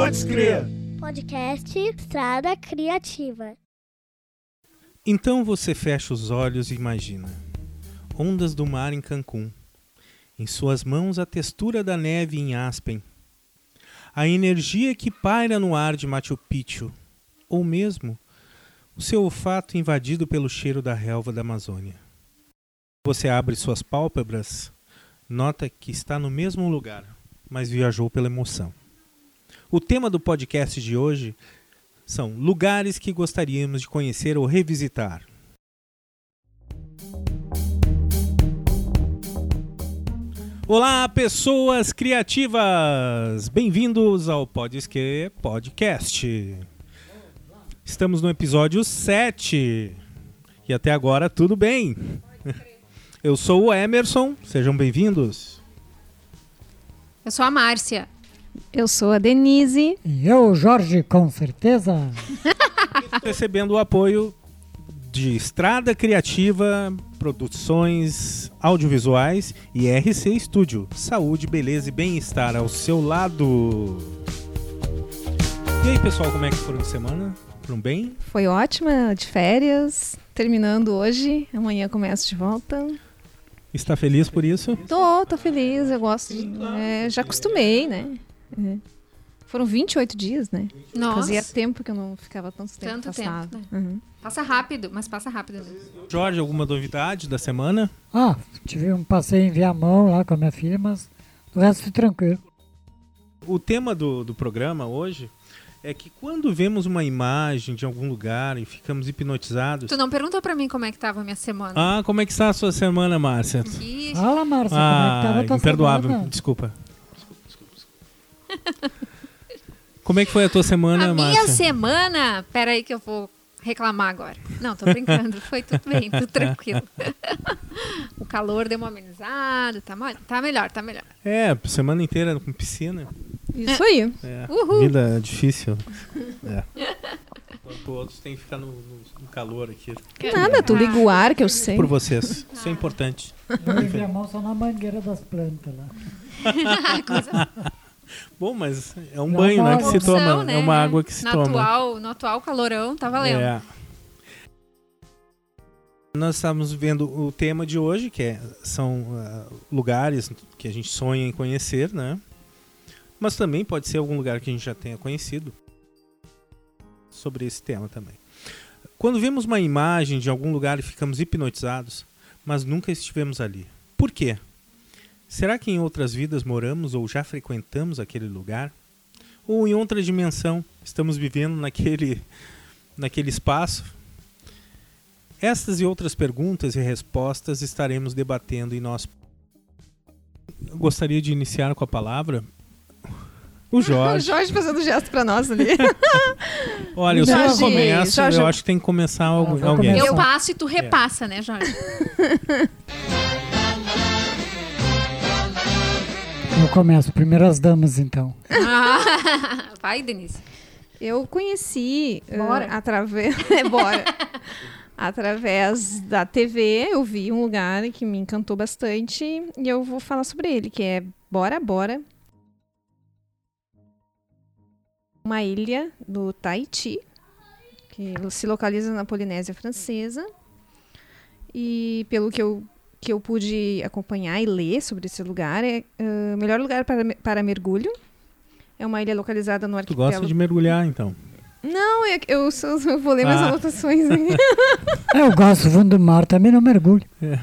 Podes crer! Podcast Estrada Criativa. Então você fecha os olhos e imagina. Ondas do mar em Cancún. Em suas mãos a textura da neve em Aspen. A energia que paira no ar de Machu Picchu. Ou mesmo o seu olfato invadido pelo cheiro da relva da Amazônia. Você abre suas pálpebras, nota que está no mesmo lugar, mas viajou pela emoção. O tema do podcast de hoje são lugares que gostaríamos de conhecer ou revisitar. Olá, pessoas criativas! Bem-vindos ao Podesque Podcast. Estamos no episódio 7 e até agora tudo bem. Eu sou o Emerson, sejam bem-vindos. Eu sou a Márcia. Eu sou a Denise. E eu, Jorge, com certeza. Recebendo o apoio de Estrada Criativa, Produções Audiovisuais e RC Studio. Saúde, beleza e bem-estar ao seu lado. E aí, pessoal, como é que foram a semana? Foram bem? Foi ótima, de férias, terminando hoje. Amanhã começo de volta. Está feliz por isso? Tô feliz, eu gosto de... já acostumei, né? Foram 28 dias, né? Nossa. Fazia tempo que eu não ficava tanto tempo Tanto afastada. tempo, né? Passa rápido, mas passa rápido. Né? Jorge, alguma novidade da semana? Tive um passeio em Viamão lá com a minha filha, mas o resto foi tranquilo. O tema do programa hoje é que quando vemos uma imagem de algum lugar e ficamos hipnotizados... Tu não perguntou pra mim como é que tava a minha semana. Como é que está a sua semana, Márcia? Fala, Márcia, como é que tava a tua imperdoável, semana? desculpa. Como é que foi a tua semana, Márcia? Minha semana... Pera aí que eu vou reclamar agora. Não, tô brincando. Foi tudo bem, tudo tranquilo. O calor deu uma amenizada, tá melhor. Semana inteira com piscina. Isso aí. Uhul. Vida difícil. Enquanto outros têm que ficar no calor aqui. Nada, tu liga o ar, que eu sei. Por vocês. Isso é importante. Eu em Viamão só na mangueira das plantas lá. Bom, mas é um banho, né, que se toma. Né? É uma água que se toma. No atual calorão, tá valendo. Nós estamos vendo o tema de hoje, que são lugares que a gente sonha em conhecer, né? Mas também pode ser algum lugar que a gente já tenha conhecido. Sobre esse tema também. Quando vemos uma imagem de algum lugar e ficamos hipnotizados, mas nunca estivemos ali. Por quê? Será que em outras vidas moramos ou já frequentamos aquele lugar? Ou em outra dimensão estamos vivendo naquele espaço? Estas e outras perguntas e respostas estaremos debatendo em nosso... Eu gostaria de iniciar com a palavra o Jorge. O Jorge fazendo gesto pra nós ali. Olha, eu sempre começo, Jorge... eu acho que tem que começar alguém. Eu passo e tu repassa, né, Jorge? Eu começo, primeiras damas então. Vai, Denise. Eu conheci através da TV, eu vi um lugar que me encantou bastante e eu vou falar sobre ele, que é Bora Bora. Uma ilha do Tahiti, que se localiza na Polinésia Francesa. E pelo que eu pude acompanhar e ler sobre esse lugar, é o melhor lugar para mergulho. É uma ilha localizada no arquipélago. Tu gosta de mergulhar, então? Não, eu vou ler minhas anotações. Eu gosto do fundo do mar, também não mergulho.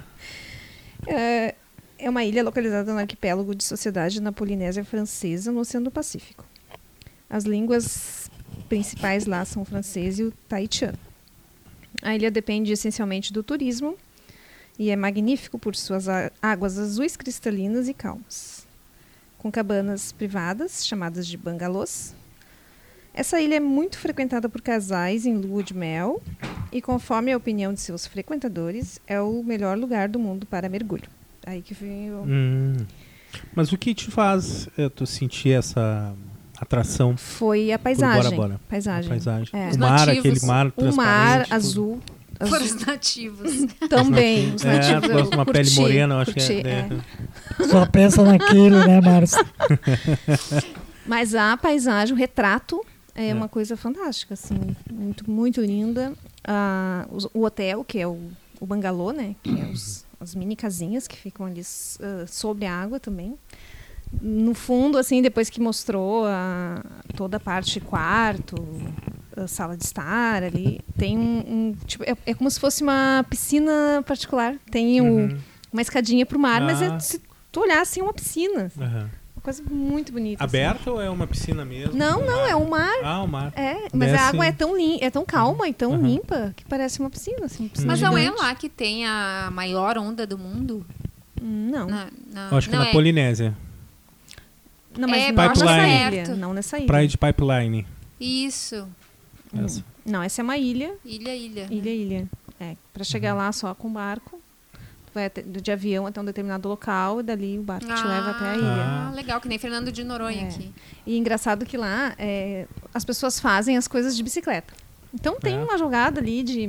É uma ilha localizada no arquipélago de Sociedade na Polinésia Francesa, no Oceano Pacífico. As línguas principais lá são o francês e o tahitiano. A ilha depende essencialmente do turismo e é magnífico por suas águas azuis cristalinas e calmas, com cabanas privadas chamadas de bangalôs. Essa ilha é muito frequentada por casais em lua de mel e, conforme a opinião de seus frequentadores, é o melhor lugar do mundo para mergulho. Aí que vem o... Mas o que te faz tu sentir essa atração? Foi a paisagem. Bora. Paisagem. O mar, aquele mar transparente. O mar azul. Por os nativos. Também. Os nativos. Tu gosta de uma pele morena, eu acho que é. Só pensa naquilo, né, Márcia? Mas a paisagem, o retrato é uma coisa fantástica, assim, muito, muito linda. O hotel, que é o bangalô, né? Que é as mini casinhas que ficam ali sobre a água também. No fundo, assim, depois que mostrou toda a parte quarto, a sala de estar ali, tem tipo, é como se fosse uma piscina particular. Tem uma escadinha pro mar, mas se tu olhar assim, é uma piscina. Uma coisa muito bonita. Aberta assim. ou é uma piscina mesmo? Não, é o mar. O mar. Mas a água é tão calma e tão limpa que parece uma piscina. Assim, uma piscina Mas não é gigante. lá que tem a maior onda do mundo? Não. Acho que é na Polinésia. Não, mas É, não Pipeline. nessa ilha. Não nessa ilha. Praia de Pipeline. Isso. Essa. Não, essa é uma ilha. Ilha. Ilha. Pra chegar lá só com barco. Tu vai de avião até um determinado local e dali o barco te leva até a ilha. Legal, que nem Fernando de Noronha aqui. E engraçado que lá as pessoas fazem as coisas de bicicleta. Então tem uma jogada ali de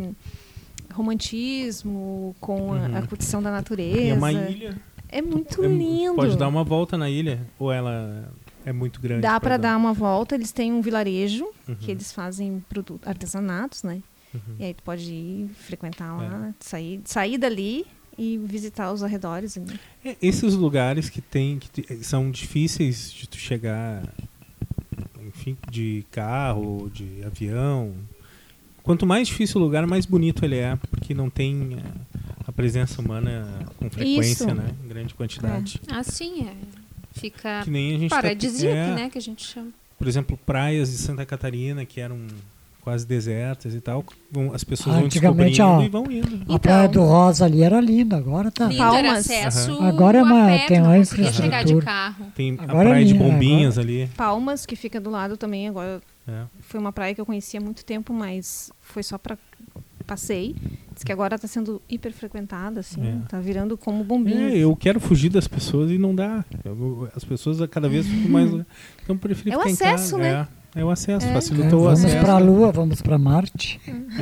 romantismo com a curtição da natureza. E é uma ilha. É muito lindo. Pode dar uma volta na ilha? Ou ela é muito grande? Dá para dar uma volta. Eles têm um vilarejo que eles fazem artesanatos, né? E aí tu pode ir frequentar lá, sair dali e visitar os arredores. Né? Esses lugares que são difíceis de tu chegar, enfim, de carro, de avião. Quanto mais difícil o lugar, mais bonito ele é, porque não tem a presença humana com frequência, né? Em grande quantidade. Sim, fica que nem a gente paradisíaco, né? Que a gente chama. Por exemplo, praias de Santa Catarina, que eram quase desertas e tal, as pessoas vão descobrindo e vão indo. A Praia do Rosa ali era linda, agora tá. Lindo, era acesso agora tem uma infraestrutura. Chegar de carro. Tem agora a Praia de Bombinhas ali. Palmas, que fica do lado também, agora foi uma praia que eu conhecia há muito tempo, mas foi só para passeio. Diz que agora está sendo hiper frequentada, assim, tá virando como Bombinhas. Eu quero fugir das pessoas e não dá. As pessoas a cada vez ficam mais... Então eu prefiro ficar em casa. É o acesso, né? É o acesso, facilitou o acesso. Vamos para a Lua, vamos para Marte.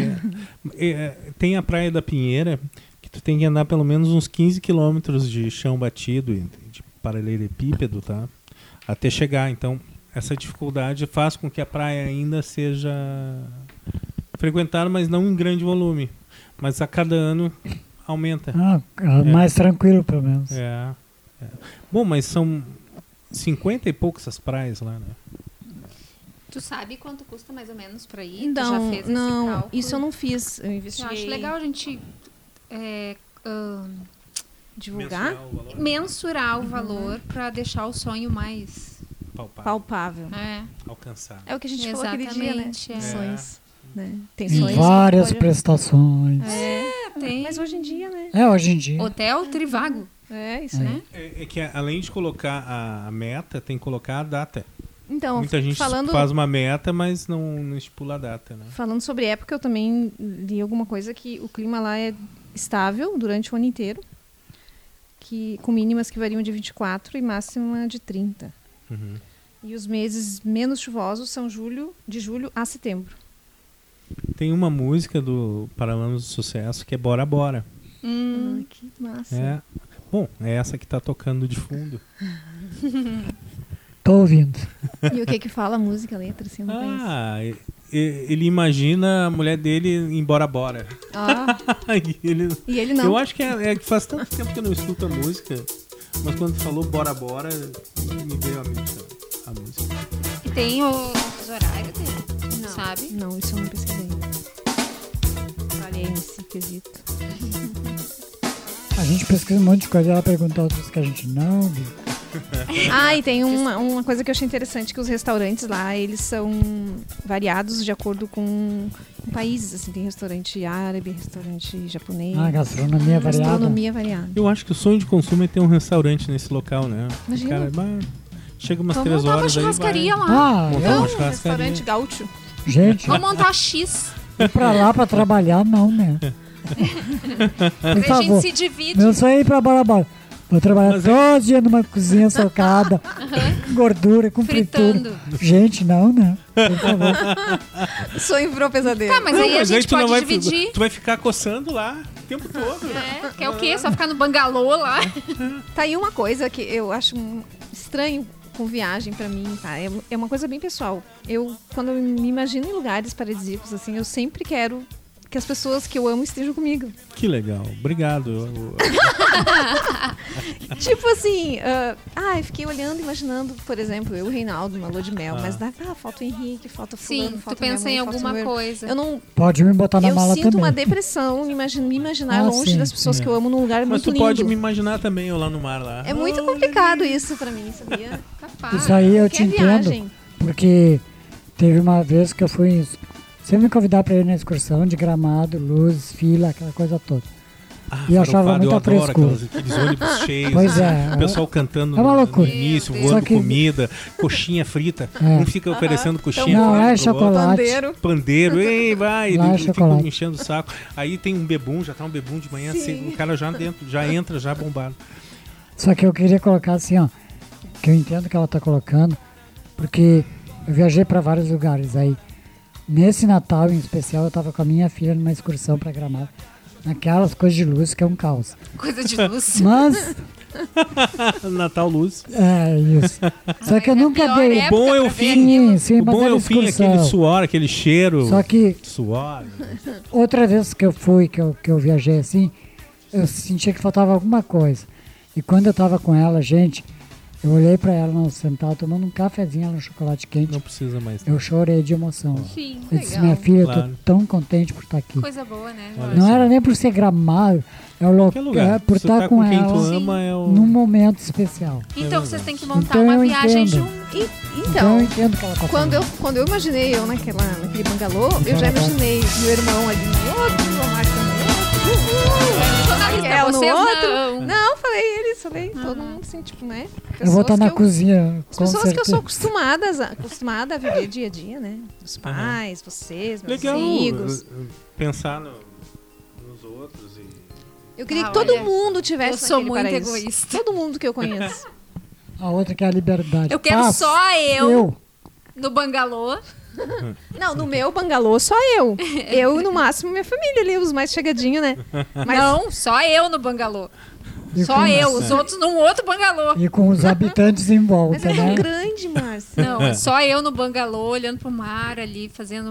Tem a Praia da Pinheira, que tu tem que andar pelo menos uns 15 quilômetros de chão batido, de paralelepípedo, tá? Até chegar. Então, essa dificuldade faz com que a praia ainda seja frequentada, mas não em grande volume. Mas a cada ano aumenta. Mais tranquilo, pelo menos. Bom, mas são 50 e poucas as praias lá, né? Tu sabe quanto custa mais ou menos pra ir? Não, tu já fez esse cálculo? Isso eu não fiz. Eu investiguei. Eu acho legal a gente divulgar, mensurar o valor pra deixar o sonho mais palpável. Alcançar. É o que a gente falou aquele dia, né? Sonhos. Né? Tem sonhos. Várias prestações. Tem. Mas hoje em dia, né? Hoje em dia. Hotel Trivago. Isso, né? É que além de colocar a meta, tem que colocar a data. Então, muita gente faz uma meta, mas não estipula a data, né? Falando sobre época, eu também li alguma coisa que o clima lá é estável durante o ano inteiro, com mínimas que variam de 24 e máxima de 30. E os meses menos chuvosos são de julho a setembro. Tem uma música do Paralamas do Sucesso que é Bora Bora. Que massa. Bom, é essa que tá tocando de fundo. Tô ouvindo. E o que fala a música, a letra, assim, não conheço. Ele imagina a mulher dele em Bora Bora. E ele não. Eu acho que que faz tanto tempo que eu não escuto a música, mas quando falou Bora Bora, me veio a música. E tem os horários dele, não, sabe? Não, isso eu não pesquisei. Falhei nesse quesito. A gente pesquisa um monte de coisa e ela pergunta outras que a gente não viu. E tem uma coisa que eu achei interessante, que os restaurantes lá, eles são variados de acordo com países, assim, tem restaurante árabe, restaurante japonês. Gastronomia variada. Gastronomia variada. Eu acho que o sonho de consumo é ter um restaurante nesse local, né? Imagina. Chega umas 3 horas aí, Vamos montar uma churrascaria lá. Montar uma churrascaria. Restaurante gaúcho. Gente, vamos montar X. Ir pra lá pra trabalhar, não, né? Por favor. A gente se divide. Meu sonho é ir pra Bora Bora. Vou trabalhar todo dia numa cozinha socada, com gordura, com fritura. Gente, não, né? Por favor. Sonho virou pesadelo. Tá, mas aí a gente pode dividir. Tu vai ficar coçando lá o tempo todo. Quer o quê? Só ficar no bangalô lá? Tá aí uma coisa que eu acho estranho com viagem pra mim, tá? É uma coisa bem pessoal. Quando eu me imagino em lugares paradisíacos, assim, eu sempre quero que as pessoas que eu amo estejam comigo. Que legal. Obrigado. Tipo assim, eu fiquei olhando, imaginando, por exemplo, eu e o Reinaldo, uma lua de mel, mas falta o Henrique, falta o fulano, Sim, falta tu pensa em alguma coisa. Eu não... Pode me botar na mala sinto também. uma depressão me imaginar longe sim, das pessoas que eu amo num lugar Mas muito tu lindo. pode me imaginar também, eu lá no mar lá. É muito complicado isso pra mim, sabia? Capaz. Isso aí eu Que te é entendo, viagem. porque teve uma vez que eu fui... Você me convidar para ir na excursão de Gramado, luz, fila, aquela coisa toda. E eu achava muita frescura. Aqueles ônibus cheios, Pois é. o pessoal cantando É uma loucura. no início, Meu voando Deus. Só que- comida, coxinha frita. Um fica oferecendo coxinha Não, lá é frita pro outro. chocolate. Bandeiro. Pandeiro, ei, vai, Lá é ele fica chocolate. me enchendo o saco. Aí tem um bebum, já tá um bebum de manhã cedo, o cara já dentro, já entra, já bombado. Só que eu queria colocar assim, ó, que eu entendo que ela tá colocando, porque eu viajei para vários lugares aí. Nesse Natal em especial, eu tava com a minha filha numa excursão para Gramado, naquelas coisas de luz que é um caos. Coisa de luz. Mas, Natal Luz. é isso. Só que eu É a nunca pior dei. época Bom é o pra ver fim. aquilo. Sim, O mas bom é era o fim, excursão. aquele suor, aquele cheiro. Só que Suor. outra vez que eu fui, que eu viajei assim, eu sentia que faltava alguma coisa. E quando eu tava com ela, gente, eu olhei pra ela sentada, tomando um cafezinho, ela um chocolate quente. Não precisa mais. Eu chorei de emoção. Sim, Eu disse, legal. minha filha, eu tô Claro. tão contente por estar aqui. Coisa boa, né? Olha Não só. era nem por ser Gramado, é o Qualquer lugar. é por Se estar tá com quem tu ela ama é o... num momento especial. Então vocês têm que montar Então uma eu viagem entendo. junto. Então eu entendo que ela tá falando. Quando eu imaginei eu naquele bangalô, eu já imaginei meu irmão ali no outro, a Marta no Jornalista, Raquel no vocês outro. não. Não, falei, todo mundo assim, tipo, né? Eu vou estar Pessoas na que eu- cozinha, As com pessoas que eu sou certeza. acostumada a viver dia a dia, né? Os pais, vocês, meus Legal. amigos. Pensar nos outros e... Eu queria Ah, que todo olha, mundo tivesse eu sou naquele muito paraíso. egoísta. Todo mundo que eu conheço. A outra que é a liberdade. Eu quero Paz. só eu no bangalô. Não, no meu bangalô, só eu. Eu, no máximo, minha família ali, os mais chegadinhos, né? Mas Não, só eu no bangalô. E Só com- eu, os outros num outro bangalô. E com os habitantes em Mas volta, é tão né? grande, Márcia. Não, é só eu no bangalô, olhando pro mar ali, fazendo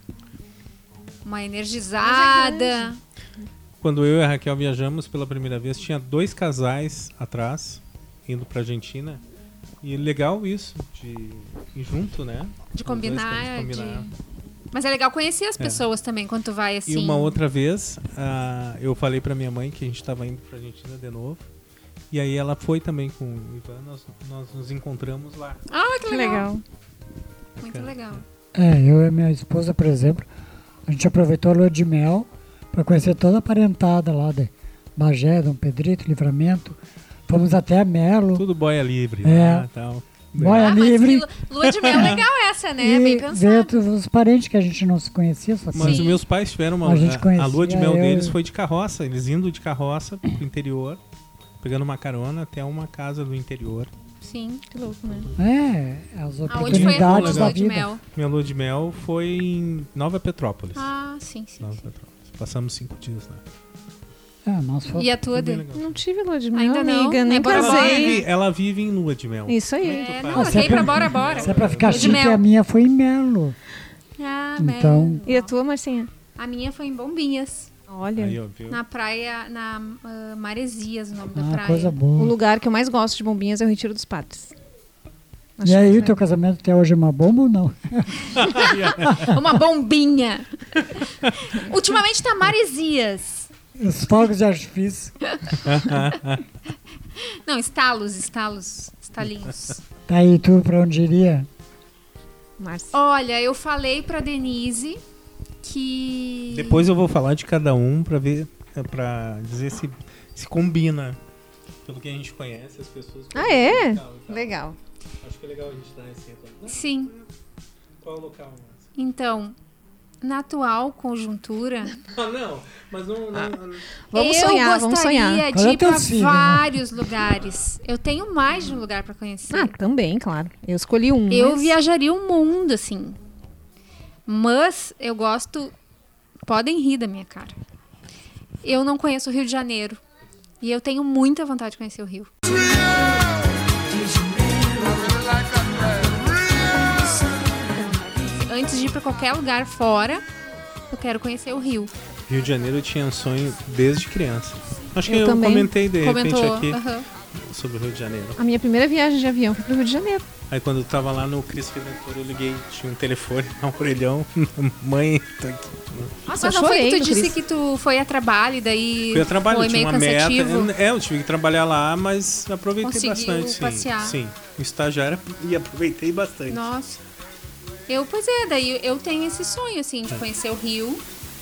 uma energizada. Quando eu e a Raquel viajamos pela primeira vez, tinha 2 casais atrás, indo pra Argentina. E legal isso, de ir junto, né? De Os dois combinar, combinar. Mas é legal conhecer as pessoas também, quando tu vai assim. E uma outra vez, eu falei pra minha mãe que a gente tava indo pra Argentina de novo. E aí ela foi também com o Ivan, nós nos encontramos lá. Ah, que Que legal. legal. Muito legal. Eu e minha esposa, por exemplo, a gente aproveitou a lua de mel para conhecer toda a parentada lá de Bagé, Dom Pedrito, Livramento. Fomos até a Melo, Tudo boia livre É. lá e tal. Boia Mas livre. que lua de mel legal essa, né? E Bem ver pensado. os parentes que a gente não se conhecia, só Mas Sim. os meus pais tiveram A gente a lua de conhecia, mel eu- deles foi de carroça, eles indo de carroça pro interior, pegando uma carona até uma casa do interior. Sim. Que louco, né? As Aonde foi a oportunidades da lua de vida. mel? Minha lua de mel foi em Nova Petrópolis. Ah, sim, sim. Nova Petrópolis. Passamos 5 dias lá. Nós fomos. E a tua, Foi bem Dê? legal. Não tive lua de mel, Ainda não, amiga. Nem né? Bora, bora. casei. Ela vive em lua de mel. Isso aí. É, não, faz. eu quero ir pra Sempre- bora. Se é pra ficar Lua de chique, mel. a minha foi em Melo. Ah, Então- mel. E a tua, Marcinha? A minha foi em Bombinhas. Olha, Aí, ó, viu? Na praia, na Maresias, o nome da Ah, praia. coisa o boa. lugar que eu mais gosto de Bombinhas é o Retiro dos Padres. Acho E aí, que o teu casamento até hoje é uma bomba ou não? Uma bombinha. Ultimamente tá Maresias. Os fogos de artifício. Não, estalinhos. Tá aí, tu pra onde iria? Márcia. Olha, eu falei pra Denise que... Depois eu vou falar de cada um pra ver, pra dizer se combina. Pelo que a gente conhece, as pessoas. Ah, é? E tal. Legal. Acho que é legal a gente dar esse retorno. Sim. Qual é o local? Márcia? Então, na atual conjuntura... Ah, não. Mas não. Vamos eu sonhar, vamos sonhar. gostaria Qual de é ir o teu pra signo? vários lugares. Eu tenho mais de um lugar pra conhecer. Ah, também, claro. Eu escolhi um. Eu mas- viajaria o mundo, assim. Mas eu gosto... Podem rir da minha cara. Eu não conheço o Rio de Janeiro. E eu tenho muita vontade de conhecer o Rio. Did you never like antes de ir para qualquer lugar fora, eu quero conhecer o Rio. Rio de Janeiro eu tinha um sonho desde criança. Acho que Eu eu também. comentei de repente aqui aham. sobre o Rio de Janeiro. A minha primeira viagem de avião foi pro Rio de Janeiro. Aí quando eu tava lá no Cristo Redentor, eu liguei, tinha um telefone, um orelhão. Mãe, tô aqui. Nossa, Eu não foi chorei que tu no disse Cristo. que tu foi a trabalho e daí Fui a trabalho, foi tinha meio uma cansativo? meta. Eu tive que trabalhar lá, mas aproveitei Conseguiu bastante. Sim, passear. sim. Estagiário e aproveitei bastante. Nossa. Pois é, daí eu tenho esse sonho, assim, de conhecer o Rio.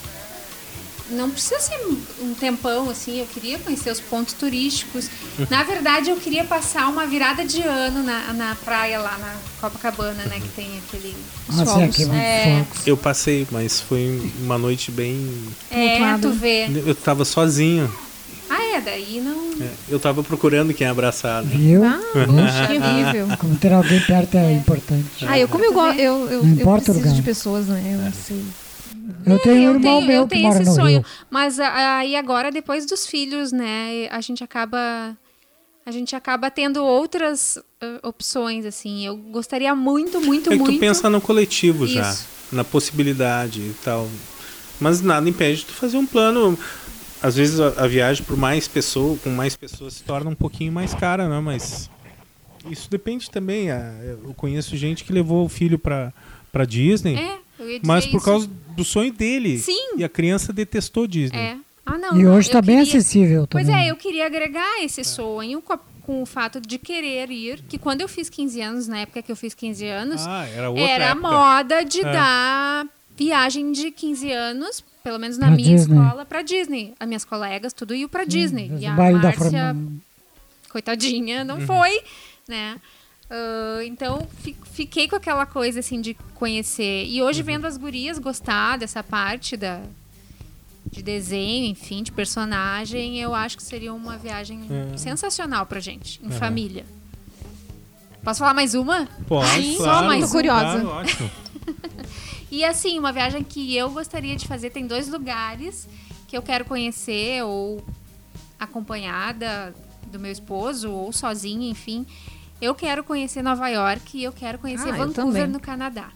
Não precisa ser um tempão, assim, eu queria conhecer os pontos turísticos. Na verdade, eu queria passar uma virada de ano na praia lá, na Copacabana, né, que tem aquele... Ah, sim, fogos. aqui É, fogos. Eu passei, mas foi uma noite bem... tu vê. Eu tava sozinho. Daí não... Eu tava procurando quem abraçar. Né? Viu? Ah, Viu? que horrível. Como ter alguém perto é importante. Como eu gosto, eu Não importa o preciso lugar. de pessoas, né? Eu não sei. Eu tenho um irmão meu eu que tenho mora esse no sonho. Rio. Mas aí agora, depois dos filhos, né, a gente acaba tendo outras opções, assim. Eu gostaria muito, muito, É que muito... tu pensa no coletivo já, Isso. na possibilidade e tal. Mas nada impede de tu fazer um plano. Às vezes a viagem por mais pessoas, com mais pessoas, se torna um pouquinho mais cara, né? Mas isso depende também. Eu conheço gente que levou o filho pra Disney, eu ia dizer mas por isso. causa do sonho dele. Sim. E a criança detestou Disney. É. Não, E não, hoje eu está bem queria- acessível Pois também. eu queria agregar esse sonho com o fato de querer ir, que quando eu fiz 15 anos, na época que eu fiz 15 anos, Era outra era a época. moda de dar viagem de 15 anos, pelo menos na Pra minha Disney. escola, pra Disney. As minhas colegas, tudo iam pra Disney. Fez E o a baile da Márcia, forma... coitadinha, não foi, né? Então, fiquei com aquela coisa, assim, de conhecer. E hoje, vendo as gurias gostar dessa parte de desenho, enfim, de personagem, eu acho que seria uma viagem sensacional pra gente, em família. Posso falar mais uma? Pode, Sim, claro. só mais Tô curiosa. Claro, ótimo. E assim, uma viagem que eu gostaria de fazer, tem 2 lugares que eu quero conhecer, ou acompanhada do meu esposo, ou sozinha, enfim. Eu quero conhecer Nova York e eu quero conhecer Eu Vancouver, também. no Canadá.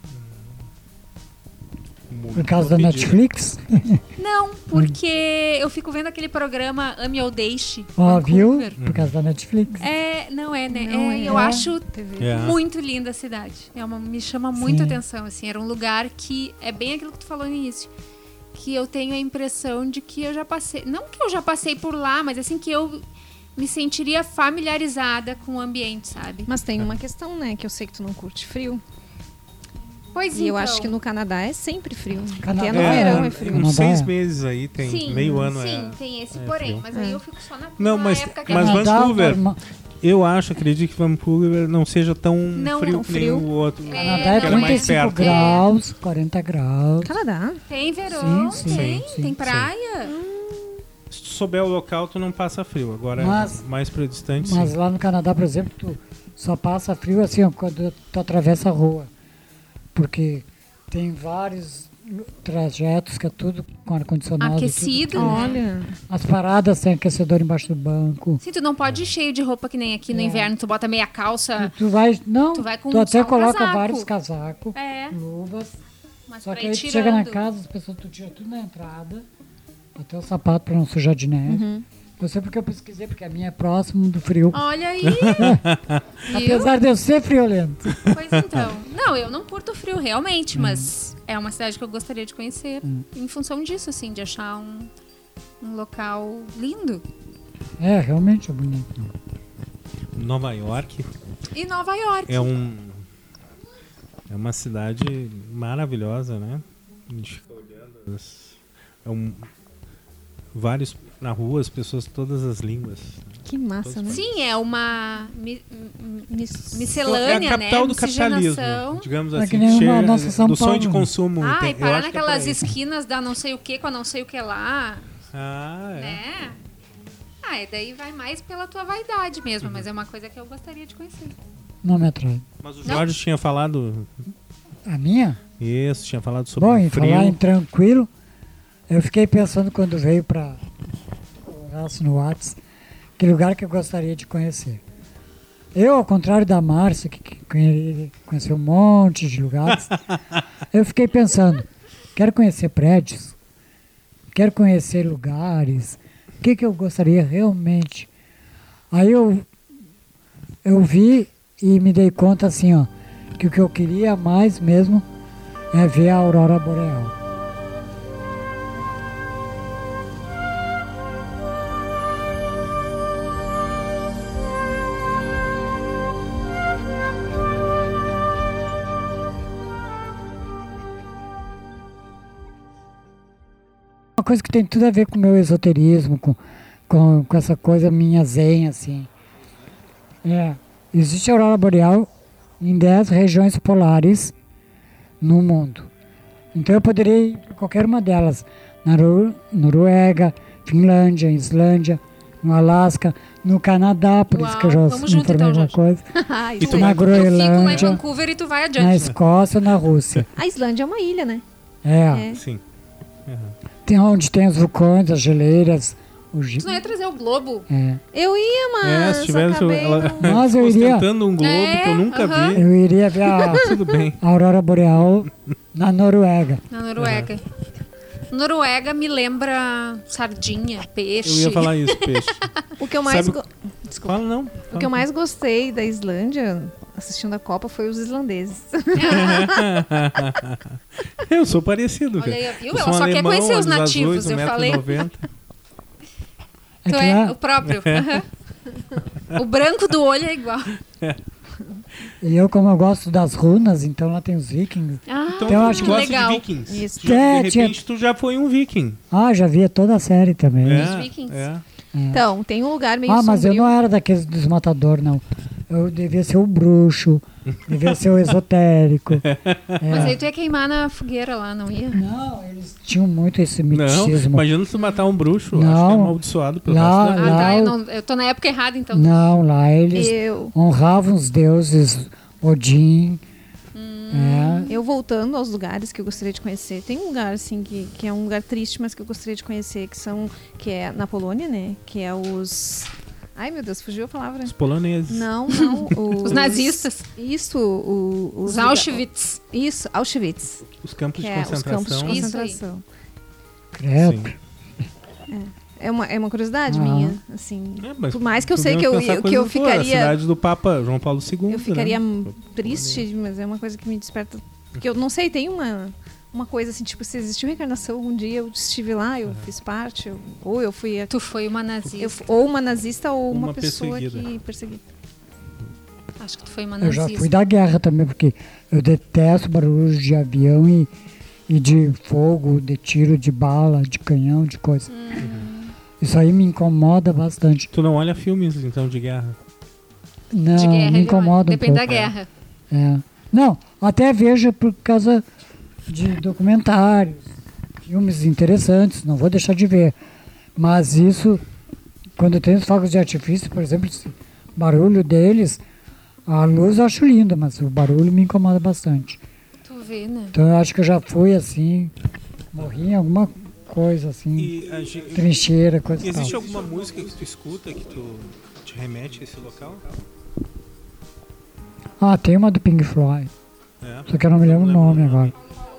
Por causa da Pedido. Netflix. Não, porque eu fico vendo aquele programa Ame ou Deixe. Ó, viu? Vancouver. Por causa da Netflix. Não é, né? Não é. Eu acho TV. É. muito linda a cidade. Me chama muito Sim. atenção, assim. Era um lugar que é bem aquilo que tu falou no início. Que eu tenho a impressão de que eu já passei... Não que eu já passei por lá, mas assim que eu me sentiria familiarizada com o ambiente, sabe? Mas tem uma questão, né? Que eu sei que tu não curte frio. Pois E eu acho que no Canadá é sempre frio. Canadá- Até no verão é frio. Canadá Uns 6 é. meses aí, tem sim, meio ano. Sim, tem esse porém. frio. Mas aí eu fico só na Não, na mas- época que mas a gente- Canadá, Vancouver- normal- Eu acredito que Vancouver não seja tão Não frio tão que nem frio. o outro. Canadá não, é que era mais 35 perto. graus, 40 graus. Canadá. Tem verão, Sim, sim, tem, sim, tem sim. praia. Se tu souber o local, tu não passa frio. Agora, Mas- mais para distante, Mas sim. lá no Canadá, por exemplo, tu só passa frio assim, ó, quando tu atravessa a rua. Porque tem vários trajetos que é tudo com ar-condicionado. Aquecido, tudo. né? Olha. As paradas tem aquecedor embaixo do banco. Sim, tu não pode ir cheio de roupa que nem aqui no inverno. Tu bota meia calça. Tu vai, não, Tu vai com tu até só um coloca casaco. vários casacos, É, luvas. mas Só pra que ir aí tu chega na tirando. casa, as pessoas tu tira tudo na entrada, até o sapato pra não sujar de neve. Eu sei porque eu pesquisei, porque a minha é próximo do frio. Olha aí. Viu? Apesar de eu ser friolento. Pois então. Não, eu não curto frio realmente, mas é uma cidade que eu gostaria de conhecer em função disso, assim, de achar um local lindo. É, realmente é bonito. Nova York E Nova York. é uma cidade maravilhosa, né? A gente fica olhando. Vários na rua, as pessoas, todas as línguas. Que massa, né? Sim, é uma miscelânea, É a capital né? do capitalismo, Miscigenação. digamos É assim. que nem chega a nossa São do sonho Paulo. de consumo. Ah, tem- e eu parar acho que é naquelas por aí. esquinas da não sei o que com a não sei o que lá, Ah, é. né? E daí vai mais pela tua vaidade mesmo, mas é uma coisa que eu gostaria de conhecer. Não me atrai. Mas o Jorge tinha falado A minha? isso, tinha falado sobre Bom, o em frio. falar em tranquilo, eu fiquei pensando quando veio para colocar no WhatsApp, que lugar que eu gostaria de conhecer. Eu, ao contrário da Márcia, que conheceu um monte de lugares, eu fiquei pensando, quero conhecer prédios, quero conhecer lugares, o que eu gostaria realmente. Aí eu vi e me dei conta assim, ó, que o que eu queria mais mesmo é ver a aurora boreal. Uma coisa que tem tudo a ver com o meu esoterismo, com essa coisa minha zen, assim. Existe a aurora boreal em 10 regiões polares no mundo. Então eu poderia ir para qualquer uma delas. Na Noruega, Finlândia, Islândia, no Alasca, no Canadá, por isso que eu já me informei alguma coisa. E tu na eu fico lá em Groenlândia, Vancouver e tu vai na adiante. Escócia, na Rússia. A Islândia é uma ilha, né? Sim. Tem onde tem os vulcões, as geleiras. Tu não ia trazer o globo? Eu ia, mas se tivesse acabei não- Mas eu iria, ostentando um globo que eu nunca vi. eu iria ver a Tudo bem. aurora boreal na Noruega. Na Noruega. Noruega me lembra sardinha, peixe. Eu ia falar isso, peixe. O que eu mais Sabe- Desculpa. Fala não. O que eu mais gostei da Islândia, assistindo a Copa, foi os islandeses. Eu sou parecido, Olha cara. aí, viu? Eu Ela sou só quer alemão, conhecer os olhos nativos, azuis, eu 1,90 falei. m. É Tu que é lá, o próprio. O branco do olho é igual. e eu, como eu gosto das runas, então lá tem os vikings. Ah, Então eu tu acho que- gosta legal. de vikings. Isso. Tu já- de Tinha- repente tu já foi um viking. Ah, já via toda a série também. Os vikings. Então, tem um lugar meio Mas eu sombrio. não era daqueles dos matadores, não. Eu devia ser o bruxo, devia ser o esotérico. Mas aí tu ia queimar na fogueira lá, não ia? Não, eles tinham muito esse Não, misticismo. imagina se tu matar um bruxo. Acho que é Não. amaldiçoado pelo Lá- resto da Ah, vida. tá. Eu tô na época errada, então. Não, lá eles Eu, honravam os deuses Odin. eu voltando aos lugares que eu gostaria de conhecer. Tem um lugar, assim, que é um lugar triste, mas que eu gostaria de conhecer, que é na Polônia, né? Que é os... Ai, meu Deus, fugiu a palavra. Os poloneses. Não. Os nazistas. Isso, Os Auschwitz. Isso, Auschwitz. Os campos Que de é os campos de concentração. Isso concentração. Credo. Sim. É uma curiosidade Ah. minha, assim. Mas Por mais que eu sei podemos que pensar eu coisas boas. A ficaria... cidade do Papa João Paulo II. Eu ficaria né? triste, mas é uma coisa que me desperta. Porque eu não sei, tem uma coisa assim, tipo, se existiu reencarnação, algum dia eu estive lá, eu fiz parte, ou eu fui. Tu foi uma nazista. Ou uma nazista ou uma Uma pessoa perseguida. que perseguiu. Acho que tu foi uma Eu já nazista. fui da guerra também, porque eu detesto barulho de avião e de fogo, de tiro de bala, de canhão, de coisa. Isso aí me incomoda bastante. Tu não olha filmes, então, de guerra? Não, De guerra, me ele incomoda um Depende da pouco. guerra. É. Não, até vejo por causa de documentários, filmes interessantes, não vou deixar de ver. Mas isso, quando tem os fogos de artifício, por exemplo, esse barulho deles, a luz eu acho linda, mas o barulho me incomoda bastante. Tu vê, né? Então eu acho que eu já fui assim, morri em alguma coisa assim, E a gente- trincheira, coisa e existe tal. alguma música que tu escuta que tu te remete a esse local? Ah, tem uma do Pink Floyd, É. só que eu não me lembro o nome agora.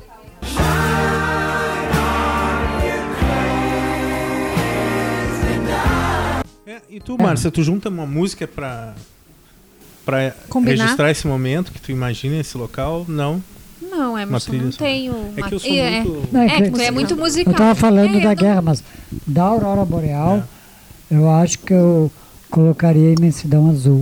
E tu, Márcia, tu junta uma música pra Combinar? registrar esse momento que tu imagina esse local? Não. Não, Emerson, trilha não sonora. tenho. É que eu sou É, muito... Não, é que- que tu é muito musical. Eu tava falando É, da eu guerra, mas da Aurora Boreal, eu acho que eu colocaria Imensidão Azul.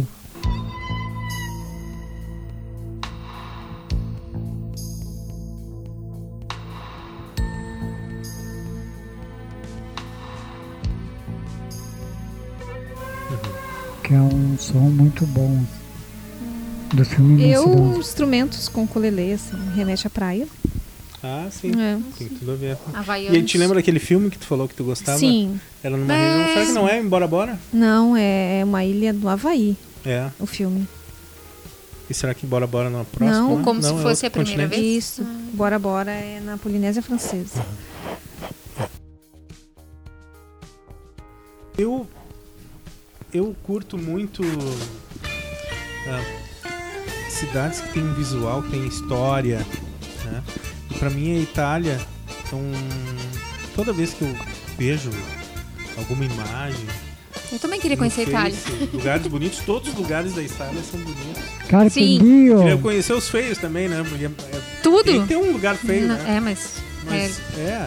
Que é um som muito bom do filme Imensidão Eu, Azul. instrumentos com ukulele, assim, remete à praia. Ah, sim. É. Tem tudo a ver. Havaianos. E aí, te lembra daquele filme que tu falou que tu gostava? Sim. Era numa região... Será que não é? Embora Bora? Não, é uma ilha do Havaí, É. o filme. E será que Bora Bora não é próximo? Não, né? como se é fosse outro a primeira continente? vez? Isso. Bora Bora é na Polinésia Francesa. Eu curto muito cidades que tem um visual, que tem história, né? E pra mim a Itália, então, toda vez que eu vejo alguma imagem, Eu também queria no conhecer a Itália. Face, lugares bonitos, todos os lugares da Itália são bonitos. Carpe Sim. Diem. Queria conhecer os feios também, né? Porque Tudo? tem um lugar feio, né? Mas Mas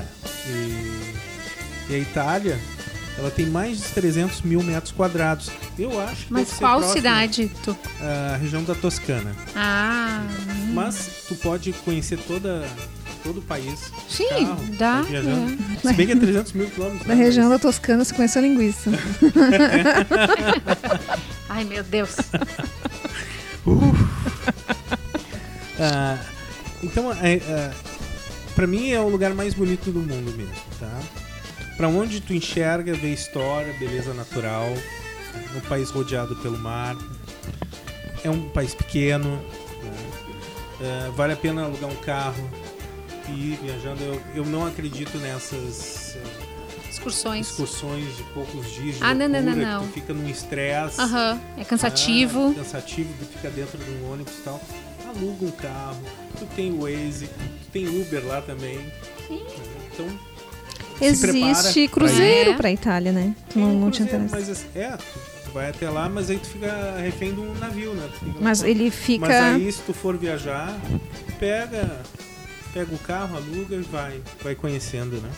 e a Itália, ela tem mais de 300 mil metros quadrados. Eu acho que Mas deve ser qual próximo cidade tu? à região da Toscana. Ah, Mas tu pode conhecer todo o país. de sim, carro, dá. vai viajando. Se bem que é 300 mil quilômetros. Na né? região da Mas- Toscana se conhece a linguiça. Ai, meu Deus. Então, pra mim é o lugar mais bonito do mundo mesmo, tá? Pra onde tu enxerga, vê história, beleza natural. É um país rodeado pelo mar. É um país pequeno. Né? Vale a pena alugar um carro e ir viajando. Eu não acredito nessas Excursões. excursões de poucos dias de Ah, não, loucura, não, não. que tu fica num estresse. Aham, é cansativo. Cansativo, tu fica dentro de um ônibus e tal. Aluga um carro, tu tem Waze, tu tem Uber lá também. Sim. Então, se prepara Existe pra cruzeiro ir. pra Itália, né? Tu tem não um tinha cruzeiro, interesse. mas tu vai até lá, mas aí tu fica refém de um navio, né? Tu fica- Mas ele fica... Mas aí, se tu for viajar, pega o carro, aluga e vai conhecendo, né?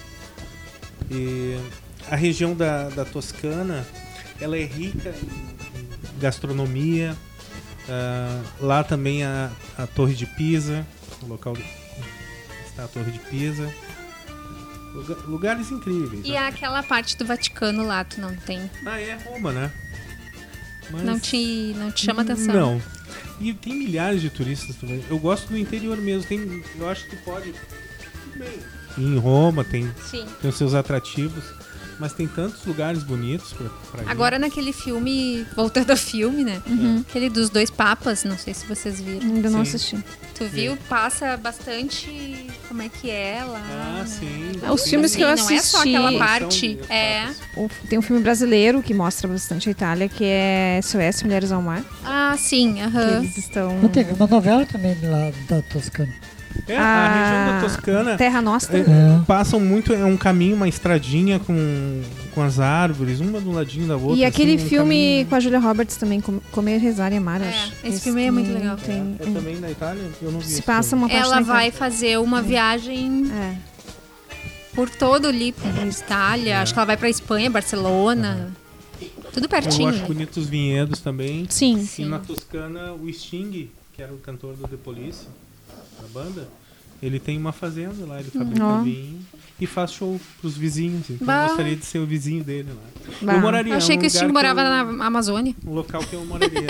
E a região da Toscana, ela é rica em gastronomia. Lá também a Torre de Pisa, o local onde está a Torre de Pisa. Lugares incríveis. E né? aquela parte do Vaticano lá, tu não tem. É Roma, né? Mas- Não te chama atenção. Não. E tem milhares de turistas também. Eu gosto do interior mesmo. Eu acho que pode. Tudo bem. Em Roma tem Sim. os seus atrativos, mas tem tantos lugares bonitos pra ir. Agora naquele filme, voltando ao filme, né? Aquele dos 2 papas, não sei se vocês viram. Ainda não Sim. assisti. Tu viu? Passa bastante como é que é lá. Ah, né? sim. Os Sim. filmes que eu Não é só assisti- aquela São parte. de- É. Tem um filme brasileiro que mostra bastante a Itália, que é SOS Mulheres ao Mar. Ah, sim. Que Aham. eles estão... Não teve uma novela também lá da Toscana. A região da Toscana Terra Nostra. passam muito, é um caminho, uma estradinha com as árvores, uma do ladinho da outra. E aquele assim, um filme caminho. com a Julia Roberts também, Comer, Rezar e Amar, É, acho. esse filme é muito legal. Tem, É também na Itália? Eu não vi. se esse passa filme. uma parte Ela na vai Itália. fazer uma viagem É. por todo ali, Itália. Acho que ela vai pra Espanha, Barcelona. Tudo Eu pertinho. acho né? bonito os vinhedos também. Sim. E na Toscana, o Sting, que era o cantor do The Police, da banda, ele tem uma fazenda lá, ele fabrica Ó. vinho e faz show pros vizinhos. Então Bah. eu gostaria de ser o vizinho dele lá. Bah. Eu moraria Eu achei num que o lugar Sting morava eu- na Amazônia. Um local que eu moraria.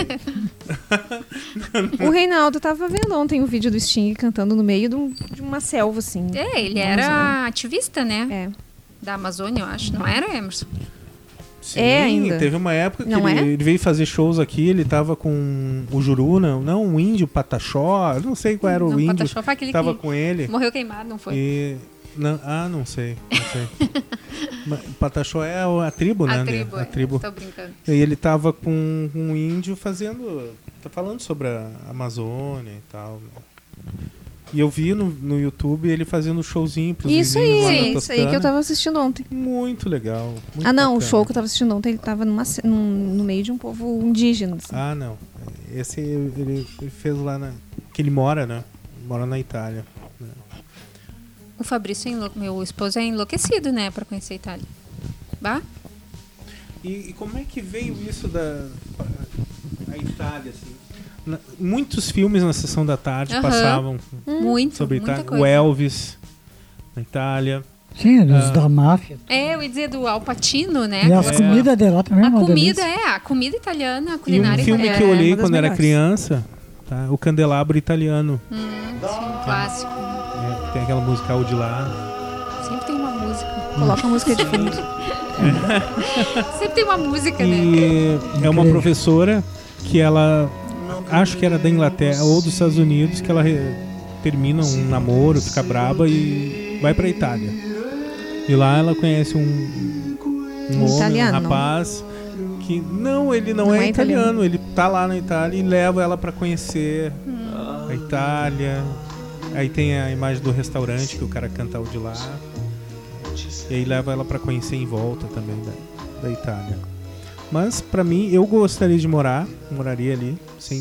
O Reinaldo tava vendo ontem o vídeo do Sting cantando no meio de uma selva, assim. É, ele era ativista, né? É. Da Amazônia, eu acho. Não era, Emerson? Sim, É ainda. teve uma época que Não é? ele veio fazer shows aqui, ele tava com o Juru, não, o índio Pataxó, não sei qual era o Não, índio, Pataxó foi aquele tava que com ele. morreu queimado, não foi? E, não sei. Mas Pataxó é a tribo, né? A A tribo. Tô brincando. E ele tava com um índio tá falando sobre a Amazônia e tal. E eu vi no YouTube ele fazendo showzinho pros Isso vizinhos lá aí, da isso aí que eu Toscana. tava assistindo ontem. Muito legal. muito O bacana. show que eu tava assistindo ontem, ele tava no meio de um povo indígena. assim. Ah, não. Esse ele fez lá que ele mora, né? Mora na Itália. O Fabrício, meu esposo, é enlouquecido, né? Pra conhecer a Itália. Bah? E como é que veio isso da Itália, assim? Muitos filmes na Sessão da Tarde Aham. passavam Muito, sobre muita Itália. coisa. O Elvis, na Itália. Sim, os da máfia. É, eu ia dizer do Al Pacino, né? E as É. comidas de lá também é A uma comida, delícia. a comida italiana, a E um culinária filme italiana. que eu olhei uma das quando era melhores. criança, tá? O Candelabro Italiano. Sim, um clássico. Tem aquela musical de lá. Sempre tem uma música. Coloca a música de fundo. Sempre tem uma música, né? E é uma Incrível. professora que ela, acho que era da Inglaterra ou dos Estados Unidos, que ela termina um namoro, fica braba e vai pra Itália. E lá ela conhece um homem, Italiano. um rapaz Que não, ele não é italiano. Ele tá lá na Itália e leva ela pra conhecer a Itália. Aí tem a imagem do restaurante que o cara canta o de lá. E aí leva ela pra conhecer em volta também da Itália. Mas pra mim, eu gostaria de moraria ali,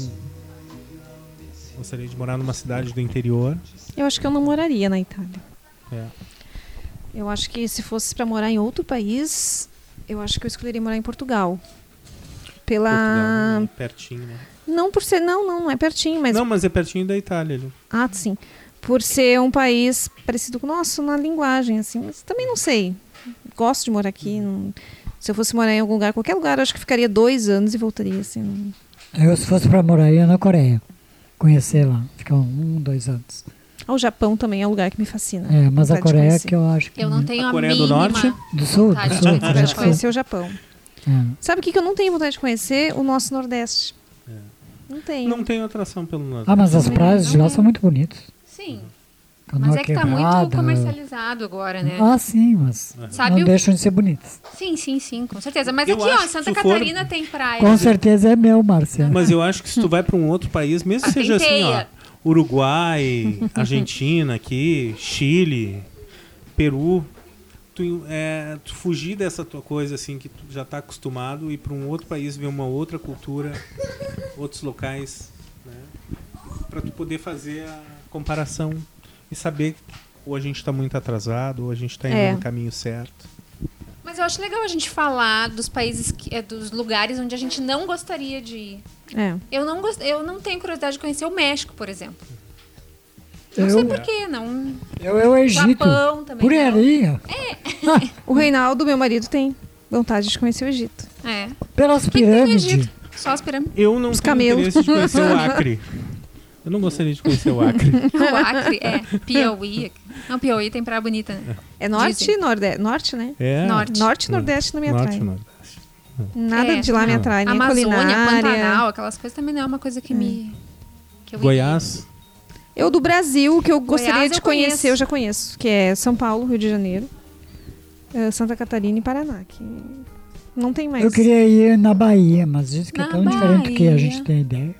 gostaria de morar numa cidade do interior. Eu acho que eu não moraria na Itália. É. Eu acho que se fosse para morar em outro país, eu acho que eu escolheria morar em Portugal. Portugal, pertinho, né? Não por ser... Não é pertinho, mas... Não, mas é pertinho da Itália ali. Ah, sim. Por ser um país parecido com o nosso na linguagem, assim. Mas também não sei. Gosto de morar aqui. Não... Se eu fosse morar em algum lugar, qualquer lugar, eu acho que ficaria 2 anos e voltaria, assim. Eu, se fosse para morar, ia na Coreia. Conhecer lá. Ficar 2 anos. O Japão também é um lugar que me fascina. É, mas Vontade a de Coreia conhecer. que eu acho que... Eu não tenho a Coreia do mínima Norte? Do Sul? vontade Do de Sul. Vontade de do conhecer Sul. o Japão. É. Sabe o que eu não tenho vontade de conhecer? O nosso Nordeste. Não tenho. Não tem atração pelo norte. Ah, mas as praias de lá são muito bonitas. Sim, Canoa mas é que tá muito quebrada. comercializado agora, né? Ah, sim, mas Sabe não o- deixam de ser bonitas. Sim, com certeza. Mas Eu aqui, ó, acho em que Santa se for- Catarina tem praia. Com certeza é meu, Marcelo. Mas eu acho que se tu vai pra um outro país, mesmo que Ah, seja tem assim, ó, teia. Uruguai, Argentina aqui, Chile, Peru, tu fugir dessa tua coisa assim que tu já tá acostumado e ir pra um outro país ver uma outra cultura, outros locais, né? Pra tu poder fazer a comparação e saber que ou a gente tá muito atrasado ou a gente tá indo no caminho certo. Mas eu acho legal a gente falar dos países, dos lugares onde a gente não gostaria de ir. É. Eu não tenho curiosidade de conhecer o México, por exemplo. Não sei porquê, não. Eu Egito. Japão também. Por não. areia. O Reinaldo, meu marido, tem vontade de conhecer o Egito. É. Pelas O que tem no pirâmides. Egito? Só as pirâmides. Eu não Os tenho camelos. interesse de conhecer o Acre. Eu não gostaria de conhecer o Acre. O Acre, Piauí. Não, Piauí tem praia bonita, né? É norte Dizem. e nordeste. Norte, né? É. Norte. Norte e nordeste não me atrai. Norte, Nordeste. Nada de lá me não. atrai, nem Amazônia, culinária. Pantanal, aquelas coisas também não é uma coisa que me... Que eu Goiás. Eu do Brasil, que eu gostaria Goiás de eu conhecer, conheço. eu já conheço. Que é São Paulo, Rio de Janeiro, Santa Catarina e Paraná. Que não tem mais. Eu queria ir na Bahia, mas diz que é Na tão diferente do que a Bahia. gente tem ideia.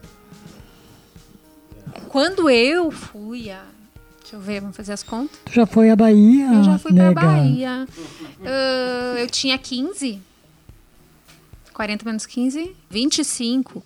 Quando eu fui a... Deixa eu ver, vamos fazer as contas. Tu já foi à Bahia, Eu já fui nega? pra Bahia. Eu tinha 15. 40 menos 15, 25.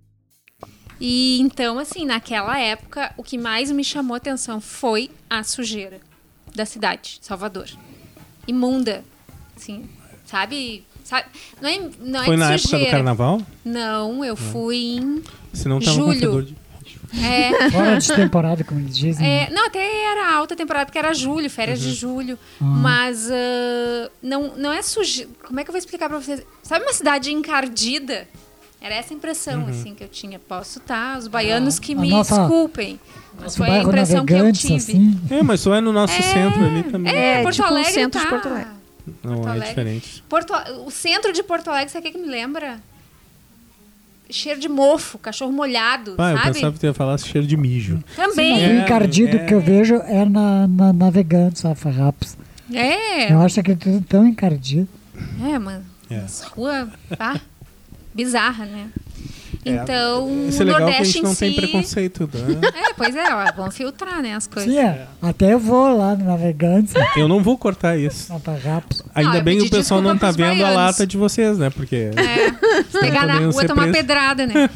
E então, assim, naquela época, o que mais me chamou a atenção foi a sujeira da cidade, Salvador. Imunda, assim, sabe? Não Foi é na de época do sujeira. carnaval? Não, eu fui em... Senão tava Julho. com fedor de... Fora de temporada, como eles dizem. né? Não, até era alta temporada, porque era julho, férias de julho. Mas não é sujeira. Como é que eu vou explicar pra vocês? Sabe uma cidade encardida? Era essa a impressão, assim, que eu tinha. Posso estar, os baianos que a me nossa- desculpem. Mas Nosso foi a bairro impressão que eu Navegantes, tive. assim. mas só é no nosso centro ali também. É, Porto tipo o Alegre centro tá... de Porto Alegre. Não, Porto é Alegre. diferente. O centro de Porto Alegre, sabe o que me lembra? Cheiro de mofo, cachorro molhado, Ah, eu sabe? pensava que tu ia falar cheiro de mijo. Também. Mas o encardido que eu vejo é na Navegantes, a Farrapos. Eu acho que é tudo tão encardido. Mano. É. Essa rua, bizarra, né? Então, Isso é o legal que a Nordeste gente não em tem si... preconceito, né? Pois é, ó, vamos filtrar, né, as coisas. Sim, até eu vou lá no Navegantes, Eu não vou cortar isso. na Farrapos. Ainda eu bem que pedi o pessoal não desculpa tá pros vendo a baianos. lata de vocês, né? Porque... Se pegar na podendo rua, ser tomar preso. pedrada, né?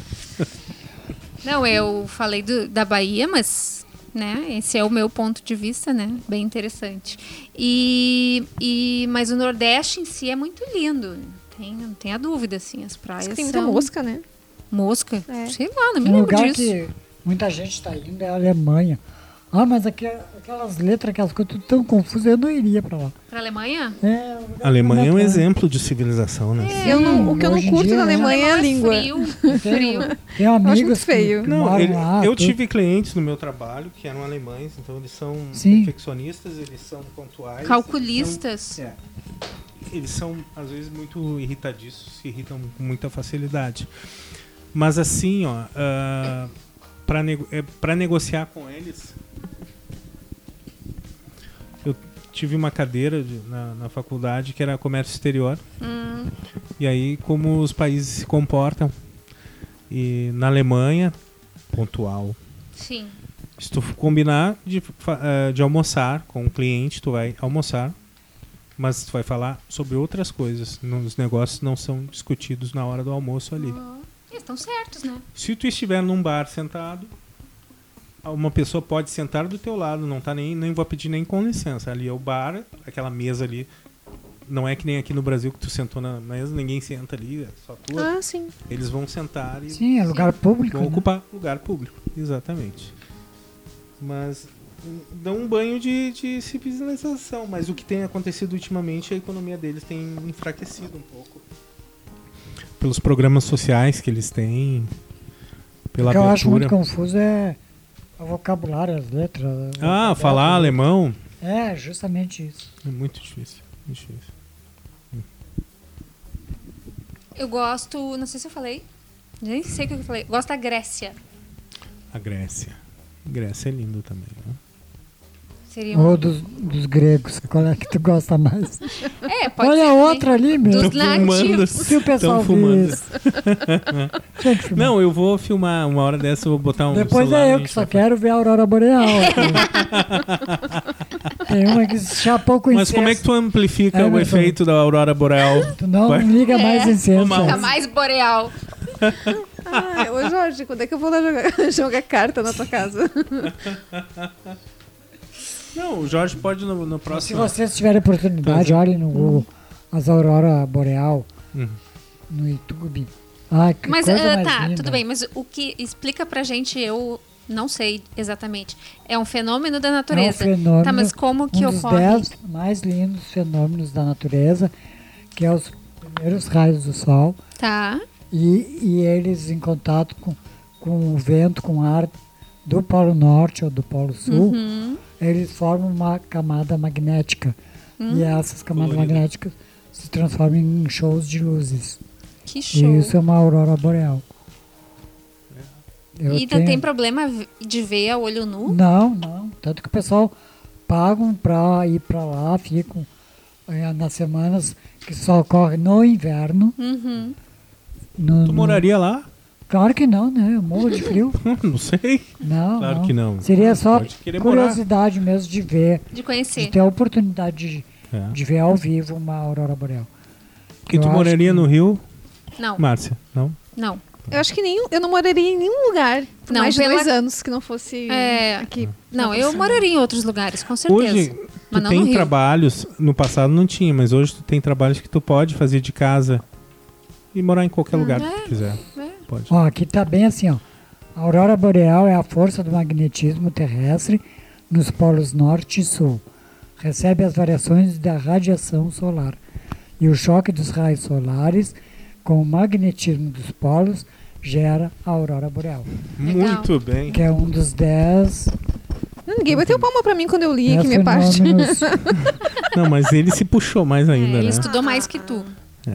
Não, eu falei da Bahia, mas, né, esse é o meu ponto de vista, né? Bem interessante. Mas o Nordeste em si é muito lindo. Não tenha dúvida, assim, as praias Tem muita são... mosca, né? Mosca? É. Sei lá, não me Um lembro lugar disso. que muita gente está indo é a Alemanha. Ah, mas aquelas letras, aquelas coisas tudo tão confusas, eu não iria pra lá. Pra Alemanha? A Alemanha é um exemplo. exemplo de civilização, né? O que eu não hoje em curto dia, na né? Alemanha é a língua. Frio. Tem amigos muito feio. que Não, moram lá. eu tudo. tive clientes no meu trabalho que eram alemães, então eles são Sim. perfeccionistas, eles são pontuais. Calculistas. Eles são, às vezes, muito irritadiços, se irritam com muita facilidade. Mas assim, ó, para negociar com eles, eu tive uma cadeira na faculdade que era comércio exterior. E aí, como os países se comportam. E na Alemanha, pontual. Sim. Se tu combinar de almoçar com o cliente, tu vai almoçar, mas tu vai falar sobre outras coisas. Os negócios não são discutidos na hora do almoço ali. Eles estão certos, né? Se tu estiver num bar sentado, uma pessoa pode sentar do teu lado, não tá nem vou pedir nem com licença. Ali é o bar, aquela mesa ali. Não é que nem aqui no Brasil que tu sentou na mesa, ninguém senta ali, é só tu. Ah, sim. Eles vão sentar e Sim, é lugar público. vão né? ocupar lugar público. Exatamente. Mas dão um banho de civilização. Mas o que tem acontecido ultimamente, a economia deles tem enfraquecido um pouco. Pelos programas sociais que eles têm, pela O que eu acho muito abertura. confuso é o vocabulário, as letras. o Ah, alfabeto, falar né? alemão É, justamente isso. é muito difícil. Muito difícil. Eu gosto, não sei se eu falei, nem sei o que eu falei. Gosto da Grécia. A Grécia. Grécia é lindo também, né? Seria Ou dos gregos, qual é que tu gosta mais? pode Olha ser outra ali, meu. Dos Tão fumando. nativos. Se o pessoal Tão fumando. visse. Tinha que filmar. Não, eu vou filmar. Uma hora dessa eu vou botar um Depois celular. é eu a que gente só vai quero ver a aurora boreal. Tem uma que se chapou com Mas incenso. como é que tu amplifica É, o meu efeito da aurora boreal? Tu não Vai. liga mais incenso. Ô, Mal. Fica mais boreal. Ô, Jorge, quando é que eu vou lá jogar carta na tua casa? Não, o Jorge pode no Se próximo. vocês tiverem oportunidade, olhem no Google as aurora boreal Uhum. no YouTube. Ah, que Mas coisa mais tá, linda. tudo bem, mas o que explica pra gente, eu não sei exatamente. É um fenômeno da É um natureza. fenômeno, Tá, mas como que um dos ocorre? 10 mais lindos fenômenos da natureza, que é os primeiros raios do sol, Tá. e eles em contato com o vento, com o ar do Polo Norte ou do Polo Sul, Uhum. eles formam uma camada magnética. E essas camadas Colorida. magnéticas se transformam em shows de luzes. Que show. E isso é uma aurora boreal. Eu E não tenho- tem problema de ver a olho nu? Não. Tanto que o pessoal pagam para ir para lá, ficam nas semanas que só ocorre no inverno. Uhum. No, Tu moraria lá? Claro que não, né? Eu morro de frio. Não sei. Não, Claro que não. Seria só Pode querer morar. curiosidade mesmo de ver, De de conhecer. ter a oportunidade É. de ver ao vivo uma aurora boreal. Porque Eu tu acho moraria que- no Rio, Não, Márcia? Não? não. Eu acho que eu não moraria em nenhum lugar por Não, mais de pela- 2 anos que não fosse É. aqui. Não, eu moraria em outros lugares, com certeza. Hoje, Mas tu não tem no Rio. trabalhos, no passado não tinha, mas hoje tu tem trabalhos que tu pode fazer de casa e morar em qualquer lugar que tu quiser. É. Pode. Ó, aqui tá bem assim, ó. A aurora boreal é a força do magnetismo terrestre nos polos norte e sul. Recebe as variações da radiação solar. E o choque dos raios solares com o magnetismo dos polos gera a aurora boreal, Legal. Muito bem. que é um dos 10 Ninguém bateu palma pra mim quando eu li aqui minha parte. fenômenos. Não, mas ele se puxou mais ainda, Ele né? estudou mais que tu.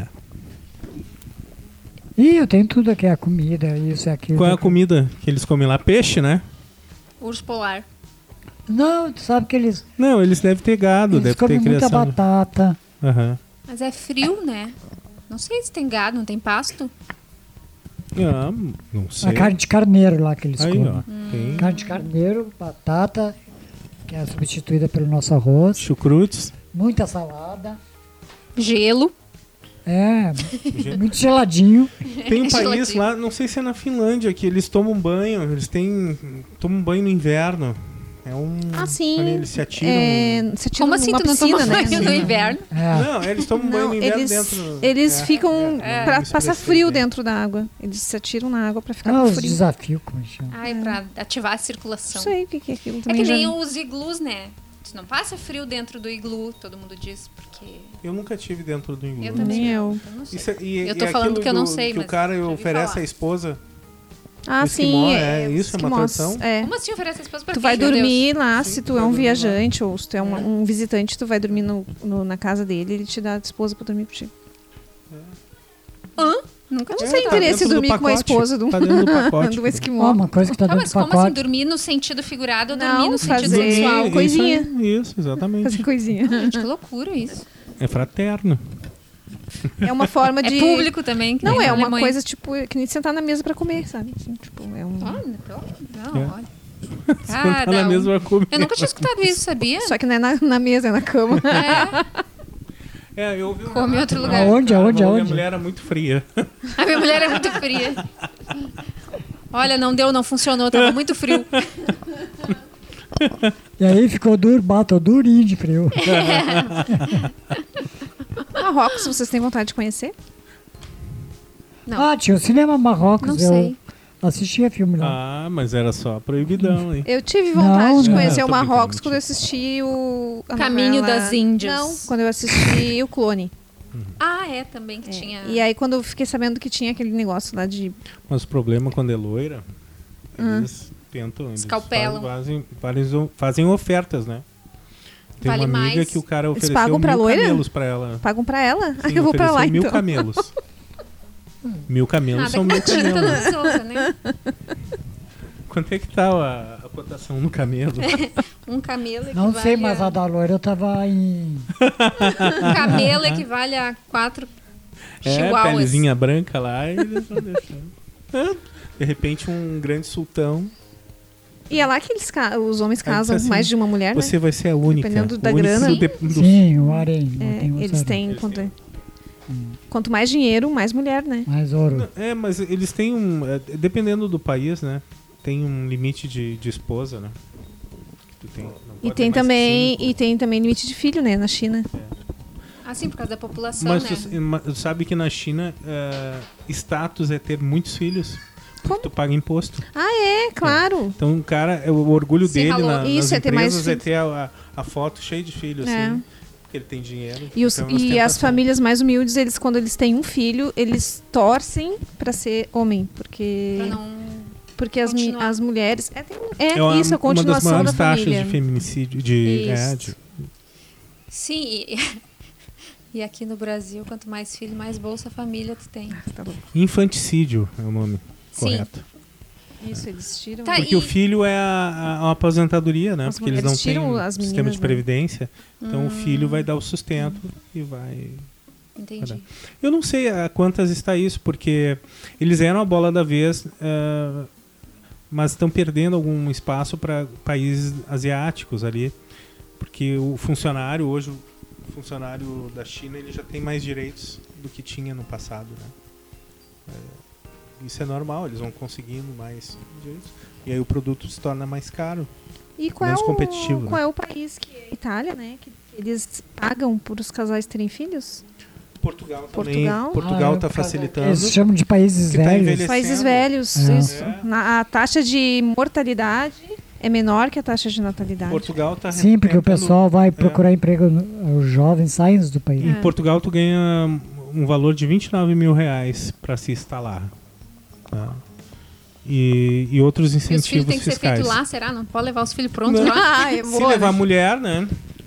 E eu tenho tudo aqui, a comida, isso e aquilo. Qual é a comida que eles comem lá? Peixe, né? Urso polar. Não, tu sabe que eles Não, eles devem ter gado, comem deve ter muita criação. batata. Aham. Mas é frio, né? Não sei se tem gado, não tem pasto. Ah, não sei. A carne de carneiro lá que eles Aí, comem. ó. Tem Carne de carneiro, batata, que é substituída pelo nosso arroz, chucrutes. muita salada. Gelo. É, muito geladinho. Tem um país Geladinho. lá, não sei se é na Finlândia, que eles tomam banho, tomam banho no inverno. É um. Ah, sim. Ali eles se atiram. Se atiram Como assim numa tu não piscina, toma né? banho no inverno? É, Não, eles tomam banho Não, no inverno eles, dentro. eles ficam não pra me passar expressei frio bem. dentro da água. Eles se atiram na água pra ficar ah, com os frio. desafios, como chama. Ai, pra ativar a Não circulação. sei o que é aquilo É também. que nem já- os iglus, né? Tu não passa frio dentro do iglu, todo mundo diz, porque... Eu nunca tive dentro do iglu. Eu também Nem não. eu. Eu não sei. Isso é- Eu tô falando aquilo que eu não do- sei, que mas o cara já ouvi oferece falar. à esposa. Ah, O sim. esquimó, é isso? É uma esquimós. tradição? É. Como assim oferece as pessoas pra Tu quem, vai meu Deus? dormir lá, Sim, se tu tu vai é um dormir lá. viajante ou se tu é um visitante, tu vai dormir na casa dele, ele te dá a esposa pra dormir contigo. Nunca Eu tinha. não sei tá interesse dentro em do dormir com a pacote. esposa do, Tá dentro do pacote. do Ó, esquimó. uma coisa que tá Tá, dentro mas do como assim? pacote. Dormir no sentido figurado ou Não, dormir no sentido fazer- sexual? Isso coisinha. aí, Isso, exatamente. Fazer coisinha. Gente, que loucura isso. É fraterno. É uma forma de... É público também. que Não, nem é na uma Alemanha. coisa, tipo, que nem sentar na mesa pra comer, sabe? Assim, tipo, é um... Não, É. olha. Sentar Cada na um. mesma comida. Eu nunca tinha escutado isso, sabia? Só que não é na mesa, é na cama. É. Eu ouvi Come em outro lugar. Aonde? Minha mulher era muito fria. A minha mulher é muito fria. Olha, não deu, não funcionou, tava muito frio. E aí ficou duro, bateu durinho de frio. Marrocos, vocês têm vontade de conhecer? Não. Ah, tinha o Cinema Marrocos. Não eu sei. assistia filme lá. Ah, mas era só proibidão, hein? Eu tive vontade de Não, conhecer não. o Marrocos Tô quando eu assisti o... a Caminho novela- das Índias. Não, quando eu assisti o Clone. Ah, é, também que É. tinha... E aí quando eu fiquei sabendo que tinha aquele negócio lá de... Mas o problema quando é loira, eles tentam. Eles Escalpelam. fazem ofertas, né? Tem Vale uma amiga mais. que o cara Eles ofereceu pagam pra 1000 loira? camelos pra ela. Pagam pra ela? Sim, Eu vou pra lá, ofereceu 1000 então. camelos. 1000 camelos Nada são com 1000 tinta camelos. na Souza, né? Quanto é que tá a cotação no camelo? Um camelo equivale Não sei, mas a da loira eu tava em... Um camelo equivale a 4 chihuahuas. Pelezinha branca lá e eles vão deixando. De repente um grande sultão. E é lá que os homens casam assim, mais de uma mulher, né? Você vai ser a única. Dependendo da o único grana. Sim, o harém. lá É, tem os eles harém. têm... Quanto mais dinheiro, mais mulher, né? Mais ouro. É, mas eles têm dependendo do país, né? Tem um limite de esposa, né? Que tu tem, não E pode tem, ter mais também, que 5. e tem também limite de filho, né? Na China. Assim, por causa da população, Mas né? tu sabe que na China status é ter muitos filhos. Porque Como? tu paga imposto. É, claro. Então o cara, o orgulho Se dele ralou. nas Isso, é ter mais empresas é filhos. ter a foto cheia de filhos, É. assim. Porque ele tem dinheiro. E, então é uma e as ostentação. famílias mais humildes, eles quando eles têm um filho, eles torcem pra ser homem. Porque, Pra não... porque continuar. as mulheres... uma isso, a das continuação maiores da taxas família. de feminicídio. Isso. Sim, e aqui no Brasil, quanto mais filho, mais Bolsa Família tu tem. Tá louco. Infanticídio é o nome Sim. correto. Isso, eles tiram... Tá, Porque e- o filho é a aposentadoria, né? As Porque eles não mulheres têm tiram as sistema meninas, de né? previdência. Então o filho vai dar o sustento e vai... Entendi. Eu não sei a quantas está isso, porque eles eram a bola da vez, mas estão perdendo algum espaço para países asiáticos ali. Porque o funcionário, hoje, o funcionário da China, ele já tem mais direitos do que tinha no passado, né? Isso é normal, eles vão conseguindo mais direitos. E aí o produto se torna mais caro. E qual menos é, competitivo, qual né? é o país que é a Itália, né? Que eles pagam por os casais terem filhos? Portugal também. Portugal? Portugal Ah, está por causa- facilitando. Eles chamam de países Que tá velhos. envelhecendo. Países velhos, É. isso. É. A taxa de mortalidade é menor que a taxa de natalidade. Portugal está Sim, porque o pessoal vai procurar emprego, os jovens saem do país. Em Portugal tu ganha um valor de 29 mil reais para se instalar. Tá? E outros E os filhos incentivos têm que ser fiscais. feitos lá, será? Não pode levar os filhos prontos Não. lá? Ah, é Se boa, levar a né? mulher, né?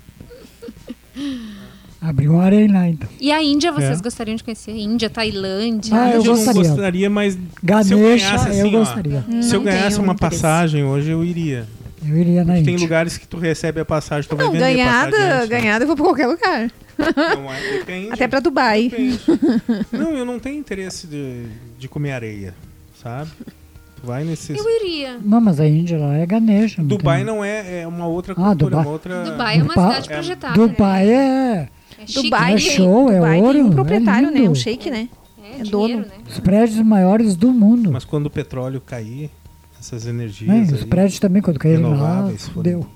Abriu um harém lá, então. E a Índia, vocês É. gostariam de conhecer? Índia, Tailândia? Ah, eu não gostaria. gostaria, mas se eu Ganesha, ganhasse assim, eu ó, gostaria. se eu Não ganhasse tenho uma interesse. passagem hoje, eu iria. Eu iria na Porque tem Índia. lugares que tu recebe a passagem, tu vai Não, vender a passagem ganhada, antes, né? ganhada eu vou pra qualquer lugar. Não é? Depende. Até pra Dubai. Depende. Não, eu não tenho interesse de comer areia, sabe? Tu vai nesses... Eu iria. Não, mas a Índia lá é Ganesha. não Dubai tem- não é uma outra Ah, cultura, Dubai. uma outra... Dubai é uma Dubai- cidade projetada. Dubai é... É chique, Dubai, É show, é Dubai ouro, tem um é proprietário, né? lindo. Um sheik, né? É, é dinheiro, dono. né? Os prédios maiores do mundo. Mas quando o petróleo cair, essas energias Né? Os aí, prédios também, quando caírem lá, renováveis, fudeu.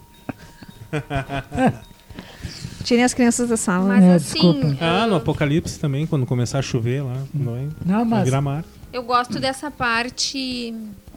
Tirem as crianças da sala. Mas É, assim, desculpa. Ah, no apocalipse também, quando começar a chover lá, vai Não, mas virar mar. eu gosto dessa parte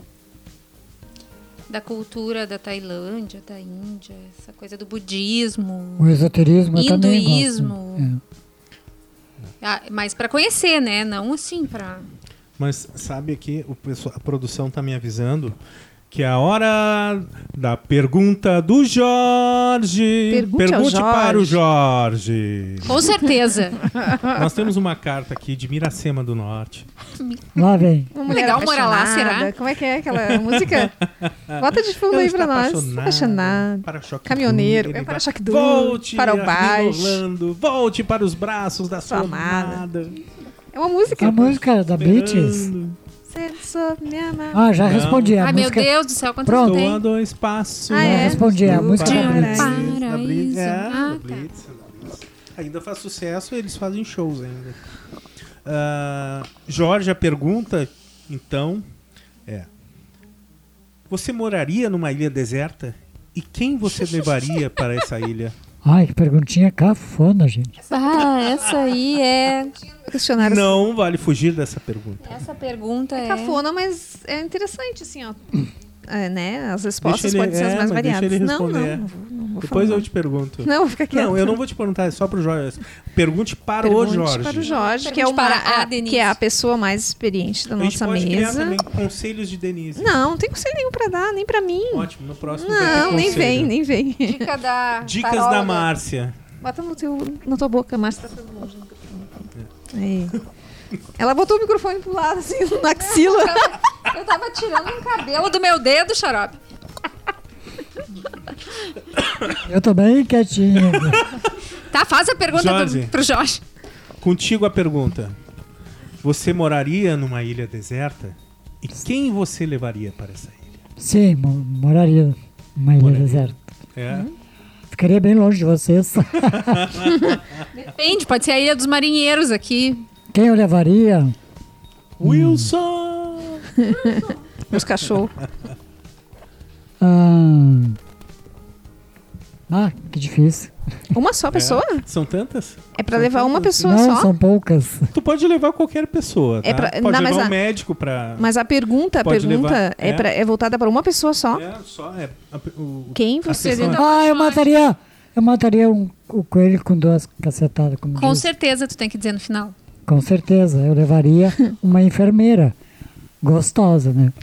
da cultura da Tailândia, da Índia, essa coisa do budismo. o esoterismo eu também Hinduísmo. gosto. Ah, mas pra conhecer, né? Não assim pra... Mas sabe aqui, a produção tá me avisando que é a hora da pergunta do Jorge. Pergunte para o Jorge. Com certeza. Nós temos uma carta aqui de Miracema do Norte. Lá vem. Uma mulher Legal morar lá, apaixonada. será? Como é que é aquela música? Bota de fundo aí pra nós. Apaixonado. Para-choque Caminhoneiro. duro, É ele para-choque vai- duro. Volte Para o a baixo. Orlando, volte para os braços da sua Sua amada. amada. É uma música. A música da Beatles. Esperando. Você soube me amar. Ah, já Não. respondi. A Ai, música... meu Deus do céu, quantas Pronto. tem? Estou a 2 passos. Ah, é? respondi, a do música da Blitz. Da Paraíso. Blitz. É, Ah, da tá. Blitz. Ainda faz sucesso, eles fazem shows ainda. Ah, Jorge, a pergunta, então, é: você moraria numa ilha deserta? E quem você levaria para essa ilha? Ai, que perguntinha cafona, gente. Ah, essa aí é... Questionário Não vale fugir dessa pergunta. Essa pergunta é... cafona, mas é interessante, assim, ó. É, né? As respostas Deixa ele- podem ser as mais mas deixa variadas. ele Não, responder. vou Depois falar. eu te pergunto. Não, fica quieto. Não, eu não vou te perguntar, é só pro Jorge. Pergunte para Pergunte o Jorge. para o Jorge, que é, Pergunte uma, para a Denise. que é a pessoa mais experiente da A gente nossa pode criar mesa. também conselhos de Denise. Não tem conselho nenhum pra dar, nem pra mim. Ótimo, no próximo vai ter Não, nem conselho. vem, nem vem. Dica da Dicas da taróloga. Márcia. Bota na tua boca, Márcia. Tá todo longe do microfone. Aí. Ela botou o microfone pro lado, assim, na axila. Eu tava tirando um cabelo do meu dedo, xarope. Eu tô bem quietinho. Tá, faz a pergunta Jorge. pro Jorge. Contigo a pergunta. Você moraria numa ilha deserta? E quem você levaria para essa ilha? Sim, moraria numa ilha Moraria. deserta. É? Ficaria bem longe de vocês. Depende, pode ser a Ilha dos Marinheiros aqui. Quem eu levaria? Wilson! Os cachorros. Ah, que difícil. Uma só pessoa? É. São tantas? É pra levar uma pessoa Não, só? são poucas. Tu pode levar qualquer pessoa, tá? É pra- Pode não, mas levar um a- médico pra... Mas a pergunta Pode levar, é voltada pra uma pessoa só? É, só... Quem a você pessoa- leva? Ah, eu mataria o coelho com 2 cacetadas, como Com diz. certeza, tu tem que dizer no final. Com certeza, eu levaria uma enfermeira gostosa, né?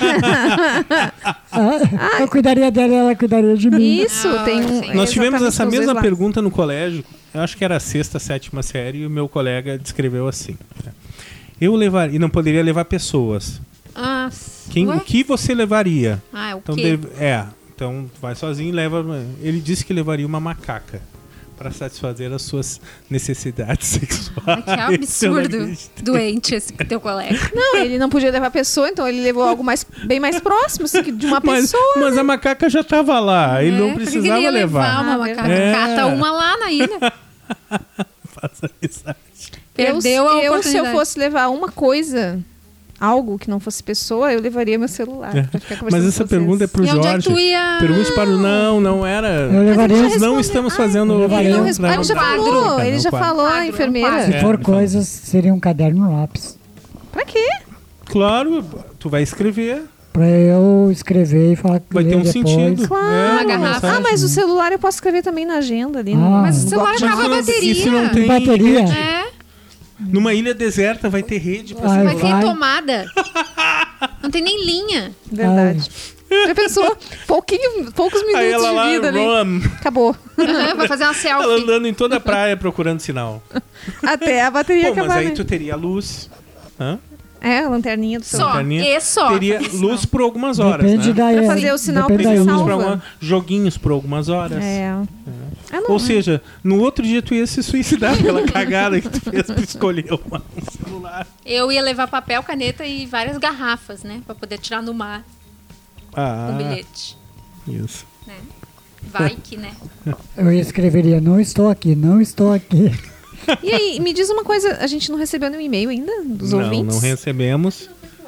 Eu cuidaria dela e ela cuidaria de mim. Isso, Ah, tem um. sim. Nós tivemos exatamente essa os dois mesma lados. pergunta no colégio, eu acho que era a 6ª, 7ª série, e o meu colega descreveu assim. Eu levaria, e não poderia levar pessoas. Ah, O que você levaria? Ah, é o Então, quê? então vai sozinho e leva... Ele disse que levaria uma macaca para satisfazer as suas necessidades sexuais. Que absurdo doente esse teu colega. Não, ele não podia levar pessoa, então ele levou algo bem mais próximo assim, de uma Mas, pessoa. mas a macaca já estava lá, ele não Por que que precisava ele ia levar. uma Ah, macaca? verdade. Cata uma lá na ilha. Faça amizade. Perdeu a eu, se eu oportunidade. fosse levar uma coisa, algo que não fosse pessoa, eu levaria meu celular. pra ficar conversando Mas essa com vocês. pergunta é pro E onde é que Jorge. tu ia? Pergunte para o... Não era... Eu levaria, Nós não estamos fazendo... eu levaria Ele, não um responde, ele já quadro. falou, ele já quadro. falou, a Quadro, enfermeira. se É, for me fala. coisas, seria um caderno e um lápis. Pra quê? Claro, tu vai escrever. Pra eu escrever e falar que Vai ter um depois. sentido. Claro. Uma garrafa. mensagem. Ah, mas o celular eu posso escrever também na agenda ali. Ah. Mas o celular bloco de acaba a notas. bateria. E se não tem Bateria? rede? É, Numa ilha deserta vai ter rede pra Ai, vai celular. ter vai. tomada. Não tem nem linha. Verdade. Já pensou? Poucos minutos Aí ela de lá, vida ali. run, Acabou. Vai fazer uma ela selfie. andando em toda a praia procurando sinal. Até a bateria Pô, mas acabar. aí né? tu teria luz. Hã? É, a lanterninha do celular. Só. Lanterninha. E só. Teria Fazer luz por algumas horas, Depende né? da Pra fazer o sinal depende da Teria pra luz ilha. pra salva. joguinhos por algumas horas. É. Ah, não, Ou seja, no outro dia tu ia se suicidar pela cagada que tu fez pra escolher um celular. Eu ia levar papel, caneta e várias garrafas, né? Pra poder tirar no mar Ah, o bilhete. isso. Né? Vai que, né? Eu escreveria, não estou aqui, não estou aqui. E aí, me diz uma coisa, a gente não recebeu nenhum e-mail ainda dos ouvintes? Não recebemos.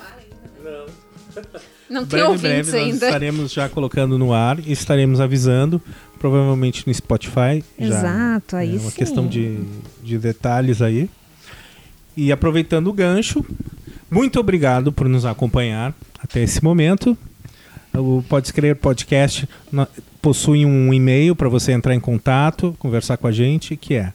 Não tem Breve, ouvintes breve, nós ainda. estaremos já colocando no ar e estaremos avisando, provavelmente no Spotify. Exato, aí é uma sim. questão de detalhes aí. E aproveitando o gancho, muito obrigado por nos acompanhar até esse momento. O Pode Escrever Podcast possui um e-mail para você entrar em contato, conversar com a gente, que é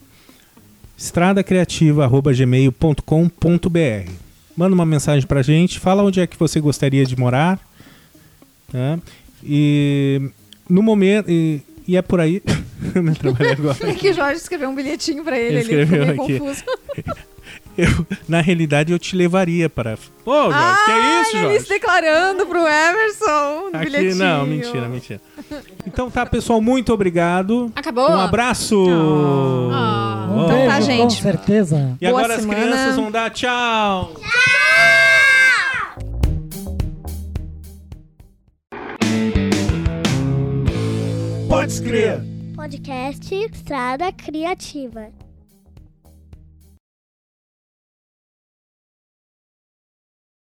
estradacriativa@gmail.com.br. Manda uma mensagem pra gente, fala onde é que você gostaria de morar Né? E no momento... E é por aí... Eu me trabalhei agora. É que o Jorge escreveu um bilhetinho pra ele, Ele ele ficou meio escreveu aqui. confuso. Na realidade, eu te levaria para... Pô, Jorge, que é isso, Ele Jorge? se declarando pro Emerson no Aqui, bilhetinho. não, mentira. Então tá, pessoal, muito obrigado. Acabou? Um abraço. Um Então beijo, tá, gente. com certeza. E Boa agora semana. as crianças vão dar tchau. Pode crer. Podcast Estrada Criativa.